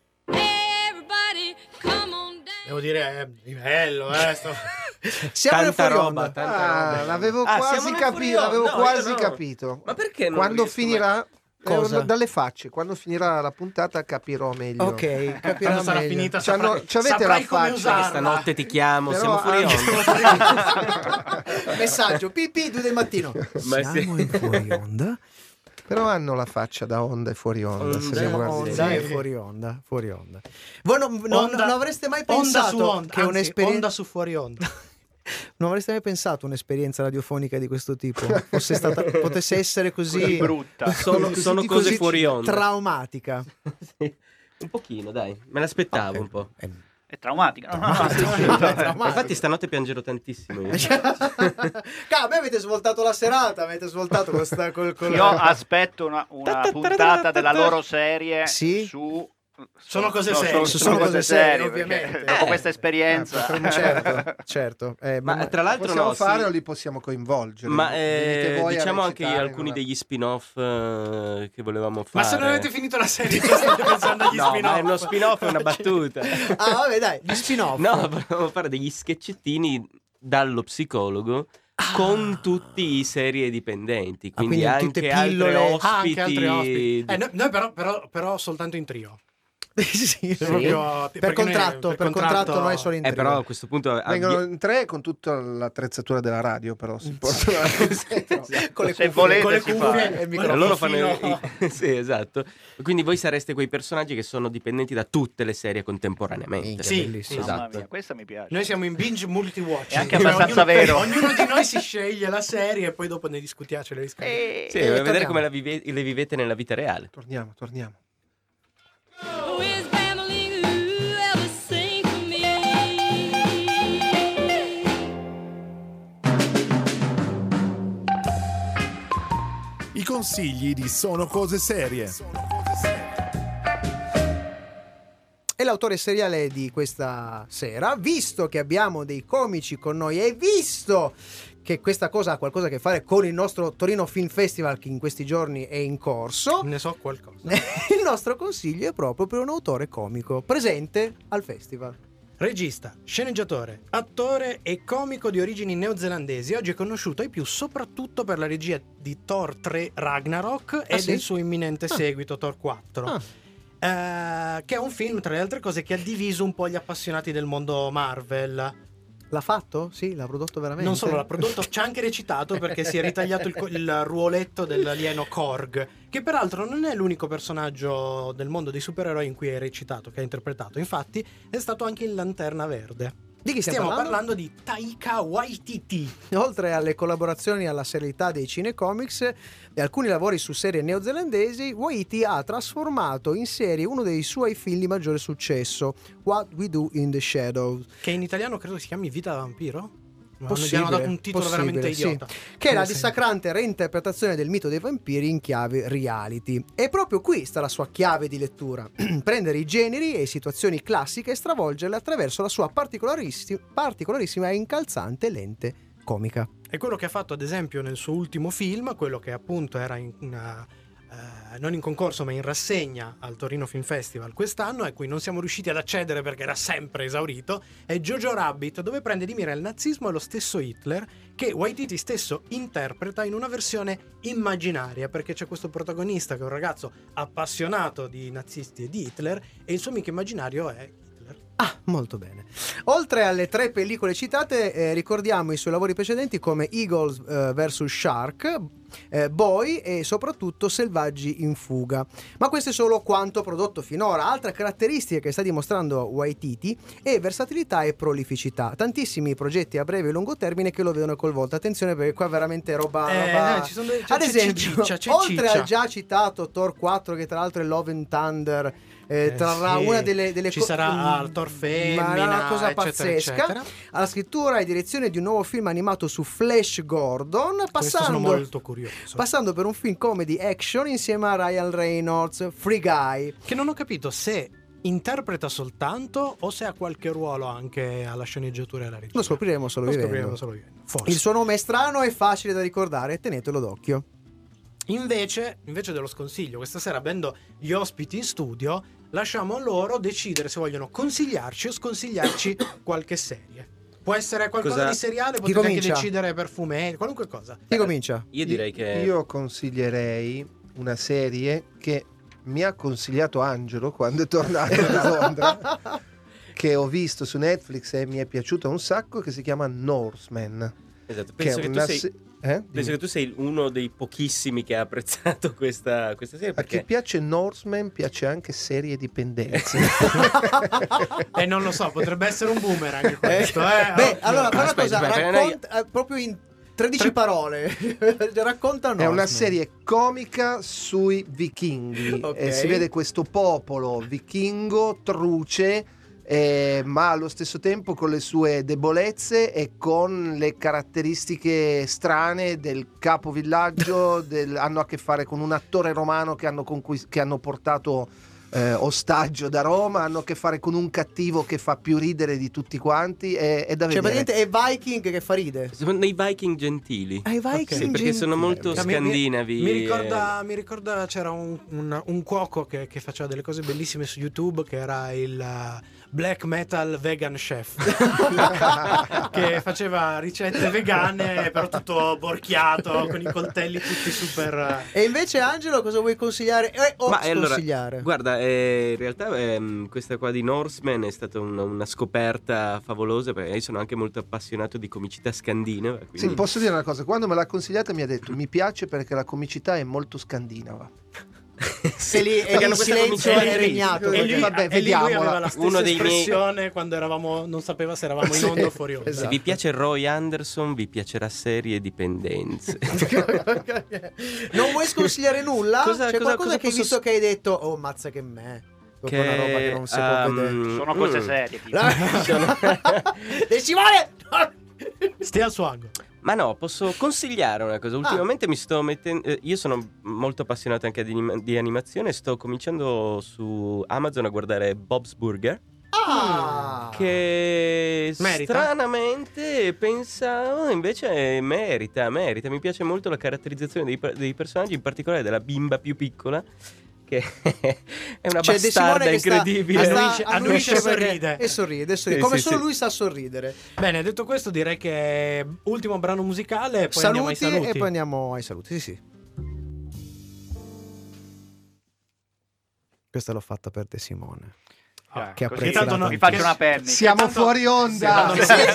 Devo dire, è bello, Siamo tanta fuori roba, onda. tanta roba. L'avevo quasi capito. Ma perché non Quando riesco finirà Cosa? dalle facce, quando finirà la puntata capirò meglio. Ok, capirà Quando sarà meglio. finita C'avete saprai la come faccia. usarla. Stanotte ti chiamo, Però siamo fuori anche- onda. Messaggio, pipì, 2 del mattino. Ma Siamo sì. in fuori onda. Però hanno la faccia da onda e fuori onda. Se Siamo li guardi. onda Sì. e fuori onda, fuori onda. Voi non Onda- avreste mai onda pensato su onda, che anzi, un'esperienza onda su fuori onda. Non avreste mai pensato un'esperienza radiofonica di questo tipo potesse essere così brutta. Sono cose così fuori onda. traumatica. Sì. Un pochino, dai. Me l'aspettavo un po'. È traumatica. No, Traumatica. Infatti stanotte piangerò tantissimo io. A me avete svoltato la serata, avete svoltato col Io aspetto una puntata della loro serie Sì? su... Sono cose No, serie. sono cose serie, ovviamente. perché dopo questa esperienza... Certo. Ma tra l'altro possiamo no, fare sì. o li possiamo coinvolgere? Ma Venite voi a diciamo anche recitare alcuni in una- degli spin-off che volevamo Ma fare. se non avete finito la serie, già state pensando agli No, spin-off. ma è uno spin-off, è una battuta. Ah, vabbè, dai, gli spin-off. No, volevamo fare degli sketchettini dallo psicologo con tutti i serie dipendenti, quindi, quindi tutte anche pillole. altri Ah, ospiti. anche altri ospiti. Noi però soltanto in trio. Sì. Proprio- Per perché noi- contratto, per contratto noi solo in trio. Però a questo punto Vengono in tre con tutta l'attrezzatura della radio, però si possono con le Se cuffie, volete con le si cuffie fa. e il microfono. loro fanno sì, esatto. Quindi voi sareste quei personaggi che sono dipendenti da tutte le serie contemporaneamente. Minchia, Sì, bellissimo. Mamma esatto. mia, questa mi piace. Noi siamo in binge multi-watch. È anche abbastanza vero. Ognuno di noi si sceglie la serie e poi dopo ne discutiamo, ce le riscambiamo. Sì, vuoi vedere torniamo. come le vivete nella vita reale. Torniamo. I consigli di Sono cose serie. E l'autore seriale di questa sera, visto che abbiamo dei comici con noi e visto che questa cosa ha qualcosa a che fare con il nostro Torino Film Festival che in questi giorni è in corso, Ne so qualcosa. il nostro consiglio è proprio per un autore comico presente al festival. Regista, sceneggiatore, attore e comico di origini neozelandesi, oggi è conosciuto ai più soprattutto per la regia di Thor 3 Ragnarok e sì? del suo imminente seguito Thor 4. Che è un film, tra le altre cose, che ha diviso un po' gli appassionati del mondo Marvel. L'ha fatto? Sì, l'ha prodotto veramente. Non solo l'ha prodotto, ci ha anche recitato perché si è ritagliato il ruoletto dell'alieno Korg, che peraltro non è l'unico personaggio del mondo dei supereroi in cui è recitato, che ha interpretato. Infatti è stato anche in Lanterna Verde. Di chi Stiamo parlando di Taika Waititi. Oltre alle collaborazioni e alla serialità dei cinecomics e alcuni lavori su serie neozelandesi, Waititi ha trasformato in serie uno dei suoi film di maggiore successo, What We Do in the Shadows. Che in italiano credo si chiami Vita da vampiro? Gli Possibile, hanno dato un titolo veramente sì. idiota. Che è la Come sempre. dissacrante reinterpretazione del mito dei vampiri in chiave reality. E proprio qui sta la sua chiave di lettura: prendere i generi e situazioni classiche e stravolgerle attraverso la sua particolarissima e incalzante lente comica. È quello che ha fatto ad esempio nel suo ultimo film, quello che appunto era non in concorso ma in rassegna al Torino Film Festival quest'anno, a cui non siamo riusciti ad accedere perché era sempre esaurito, è Jojo Rabbit, dove prende di mira il nazismo e lo stesso Hitler, che Waititi stesso interpreta in una versione immaginaria, perché c'è questo protagonista che è un ragazzo appassionato di nazisti e di Hitler e il suo amico immaginario è Hitler. Ah, molto bene. Oltre alle 3 pellicole citate, ricordiamo i suoi lavori precedenti come Eagles vs Shark, Boy e soprattutto Selvaggi in fuga. Ma questo è solo quanto prodotto finora. Altra caratteristica che sta dimostrando Waititi è versatilità e prolificità. Tantissimi progetti a breve e lungo termine che lo vedono coinvolto. Attenzione, perché qua veramente roba... ci sono Ad esempio, c'è oltre ciccia. al già citato Thor 4, che tra l'altro è Love and Thunder, trarrà una delle ci sarà Thor femmina, ma è una cosa eccetera, pazzesca, eccetera. alla scrittura e direzione di un nuovo film animato su Flash Gordon, Questo sono molto curioso. passando per un film comedy action insieme a Ryan Reynolds, Free Guy, che non ho capito se interpreta soltanto o se ha qualche ruolo anche alla sceneggiatura e alla regia. lo scopriremo solo vivendo. Forse. Il suo nome è strano e facile da ricordare, tenetelo d'occhio. Invece dello sconsiglio, questa sera, avendo gli ospiti in studio, lasciamo a loro decidere se vogliono consigliarci o sconsigliarci qualche serie. Può essere qualcosa di seriale, potete anche decidere per fumetti, qualunque cosa. Chi comincia? Io direi che... Io consiglierei una serie che mi ha consigliato Angelo quando è tornato da Londra, che ho visto su Netflix e mi è piaciuta un sacco, che si chiama Norseman. Esatto, penso che tu sei uno dei pochissimi che ha apprezzato questa serie. A chi piace Norseman piace anche Serie Dipendenze. E non lo so, potrebbe essere un boomerang questo. Beh, allora fai una cosa, racconta proprio in 13 parole. Racconta È una serie comica sui vichinghi. Ok. Si vede questo popolo vichingo truce, ma allo stesso tempo con le sue debolezze e con le caratteristiche strane del capovillaggio. Hanno a che fare con un attore romano che hanno portato ostaggio da Roma, hanno a che fare con un cattivo che fa più ridere di tutti quanti. È da vedere. Praticamente è Viking che fa ridere. Sono dei Viking gentili. I Viking sì, perché sono molto scandinavi. Mi ricorda c'era un cuoco che faceva delle cose bellissime su YouTube, che era il Black Metal Vegan Chef che faceva ricette vegane però tutto borchiato con i coltelli tutti super. E invece Angelo cosa vuoi consigliare o sconsigliare? Allora, guarda, in realtà questa qua di Norseman è stata una scoperta favolosa, perché io sono anche molto appassionato di comicità scandinava, quindi... Sì, posso dire una cosa, quando me l'ha consigliata mi ha detto mi piace perché la comicità è molto scandinava. Se lì è il silenzio è regnato. E lui, vabbè, lui vediamola. aveva la stessa Uno dei espressione quando eravamo, non sapeva se eravamo in onda o fuori onda. Se vi piace Roy Anderson vi piacerà Serie Dipendenze. Non vuoi sconsigliare nulla? C'è qualcosa che hai posso... visto che hai detto oh mazza che me, proprio una roba che non si può vedere. Sono cose serie tipo. Decimale stia al suo angolo. Ma no, posso consigliare una cosa. Ultimamente mi sto mettendo... io sono molto appassionato anche di animazione. Sto cominciando su Amazon a guardare Bob's Burger. Che merita. Stranamente pensavo invece merita. Mi piace molto la caratterizzazione dei personaggi, in particolare della bimba più piccola, che è una bastarda incredibile. Annuisce e sorride. E sorride. Come solo lui sa sorridere. Bene, detto questo direi che ultimo brano musicale, poi andiamo ai saluti. E poi andiamo ai saluti, sì. Questa l'ho fatta per De Simone. Che così tanto non mi faccio una penny. Siamo fuori onda.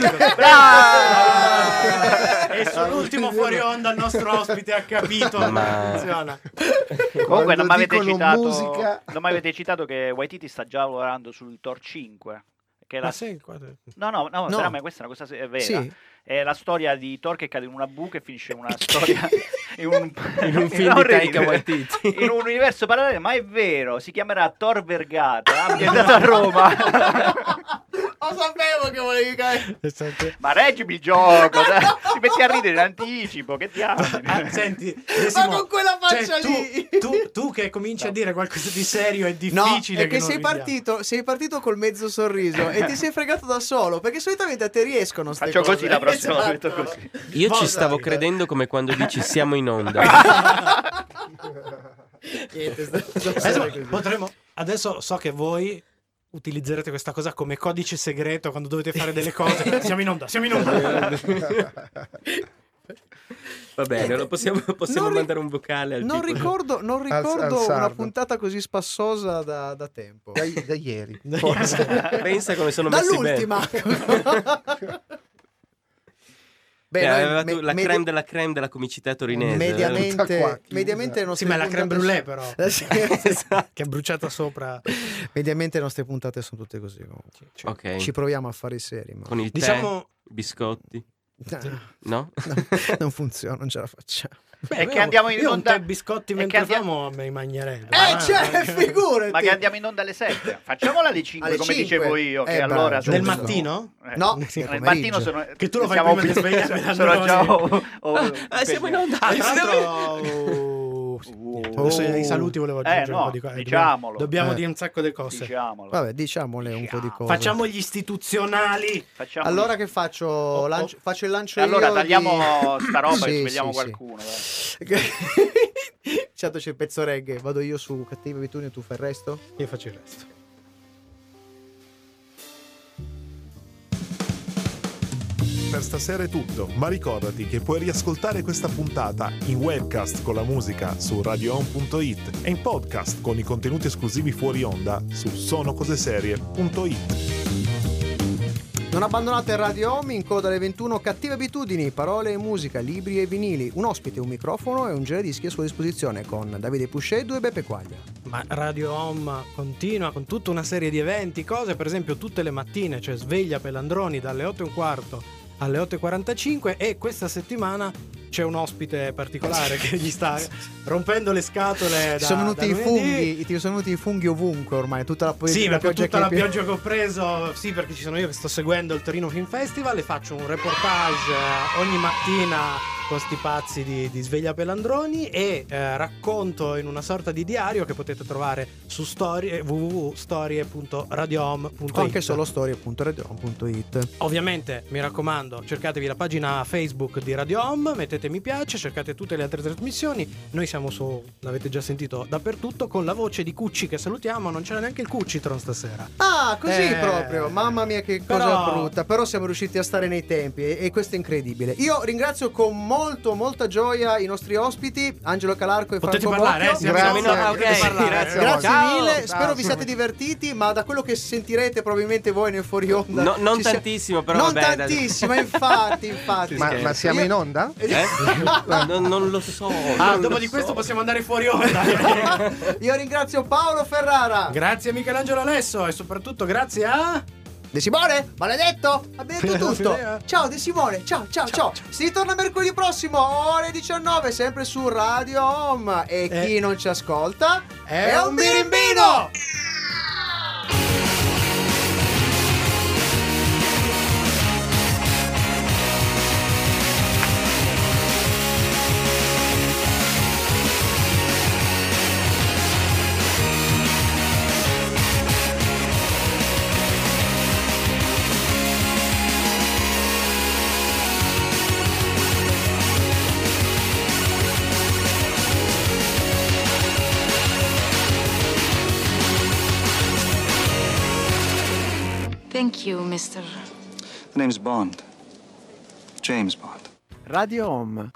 E sull'ultimo fuori onda il nostro ospite ha capito come funziona. Comunque non mi avete citato che Waititi sta già lavorando sul Thor 5. Che No, veramente questa è una cosa vera. Sì. È la storia di Thor che cade in una buca e finisce una storia in un film di Taika Waititi. in un universo parallelo, ma è vero, si chiamerà Thor Vergata, ambientato a Roma. Lo sapevo che volevi caere. Ma reggimi il gioco, ti metti a ridere in anticipo, che diavolo. Senti, ma con quella faccia lì. Tu che cominci a dire qualcosa di serio è difficile. No, è che sei partito col mezzo sorriso e ti sei fregato da solo, perché solitamente a te riescono ste Faccio cose. così la prossima volta, così. Io ci stavo credendo come quando dici siamo in onda. Adesso so che voi utilizzerete questa cosa come codice segreto quando dovete fare delle cose. Siamo in onda. Va bene, possiamo mandare un vocale al Non tipo. ricordo una puntata così spassosa da tempo. Da ieri. Pensa come sono messi bene. Dall'ultima. aveva la creme della creme della comicità torinese. Mediamente le nostre sì, ma la creme brûlée però che è bruciata sopra. Mediamente le nostre puntate sono tutte così. Ok. Ci proviamo a fare seri. Con il tè, biscotti. No? Non funziona, non ce la facciamo. Beh, che andiamo in onda biscotti mentre famo mi mangerebbe. Figurati. Ma che andiamo in onda alle 7. Facciamola alle 5 alle come 5. dicevo io, che allora del mattino? No, nel mattino sono che tu lo fai prima di svegliare. Sono già siamo in onda. Adesso i saluti volevo aggiungere un po' di cose. Diciamolo. Dobbiamo dire un sacco di cose. Vabbè, diciamole un po' di cose. Facciamo gli istituzionali. Allora che faccio? Faccio il lancio allora io tagliamo sta roba e svegliamo qualcuno. Certo, c'è il pezzo reggae. Vado io su Cattive Abitudini e tu fai il resto? Io faccio il resto. Per stasera è tutto, ma ricordati che puoi riascoltare questa puntata in webcast con la musica su radiohome.it e in podcast con i contenuti esclusivi fuori onda su sonocoseserie.it. Non abbandonate Radio Home, in coda alle 21 Cattive Abitudini, parole e musica, libri e vinili, un ospite, un microfono e un giradischi a sua disposizione con Davide Puscè e 2 Beppe Quaglia. Ma Radio Home continua con tutta una serie di eventi, cose, per esempio tutte le mattine, cioè sveglia Pelandroni dalle 8:15 alle 8:45 e questa settimana c'è un ospite particolare che gli sta rompendo le scatole sono venuti i funghi ovunque ormai, tutta la pioggia che ho preso, sì, perché ci sono io che sto seguendo il Torino Film Festival e faccio un reportage ogni mattina con sti pazzi di Sveglia Pelandroni e racconto in una sorta di diario che potete trovare su www.storie.radiohome.it, anche solo storie.radiohome.it. Ovviamente mi raccomando, cercatevi la pagina Facebook di Radio Home, mettete mi piace, cercate tutte le altre trasmissioni. Noi siamo l'avete già sentito dappertutto, con la voce di Cucci che salutiamo. Non c'era neanche il Cucitron stasera. Così proprio, mamma mia che cosa brutta. Però siamo riusciti a stare nei tempi e questo è incredibile. Io ringrazio con molta gioia i nostri ospiti Angelo Calarco e Franco Bocchio. Grazie mille. Spero vi siate divertiti, ma da quello che sentirete probabilmente voi nel fuori onda non tantissimo, però non tantissimo, infatti. Ma siamo in onda? Non lo so. Dopo di questo possiamo andare fuori onda. Io ringrazio Paolo Ferrara. Grazie a Michelangelo Alesso e soprattutto grazie a De Simone, maledetto, ha detto tutto. Ciao De Simone, ciao. Si ritorna mercoledì prossimo, ore 19, sempre su Radio Home. E chi non ci ascolta è un birimbino. Thank you, Mr. The name's Bond. James Bond. Radio Home.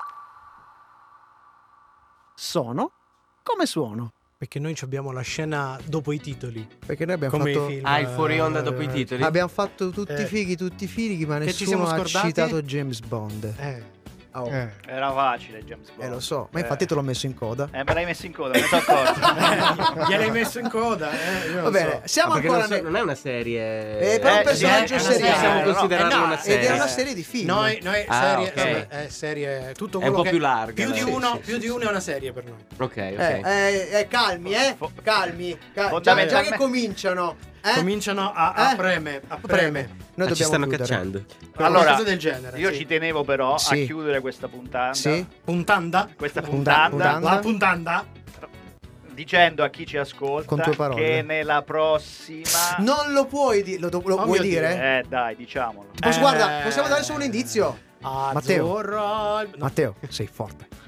Sono come suono. Perché noi abbiamo la scena dopo i titoli. Perché noi abbiamo come fatto i film, il fuori onda dopo i titoli. Abbiamo fatto tutti fighi, ma nessuno ha citato James Bond. Era facile James Bond. Lo so, ma infatti te l'ho messo in coda. Me l'hai messo in coda, me ne sono accorto. Gliel'hai messo in coda, Va bene, siamo ancora non è una serie. Però un personaggio seriale. Possiamo considerarlo una serie. Ed è una serie di film. Noi serie tutto quello è un po' che più larga. Più di uno è una serie per noi. Ok. Calmi. Già che cominciano. Cominciano a preme. Noi ci stanno chiudere. cacciando. Allora, cosa del genere. Io ci tenevo però a chiudere questa puntata. Puntanda? Questa puntata. La puntanda? Dicendo a chi ci ascolta con tue parole che nella prossima. Non lo puoi dire. Lo vuoi dire? Dai, diciamolo. Guarda, possiamo dare solo un indizio. Matteo, sei forte.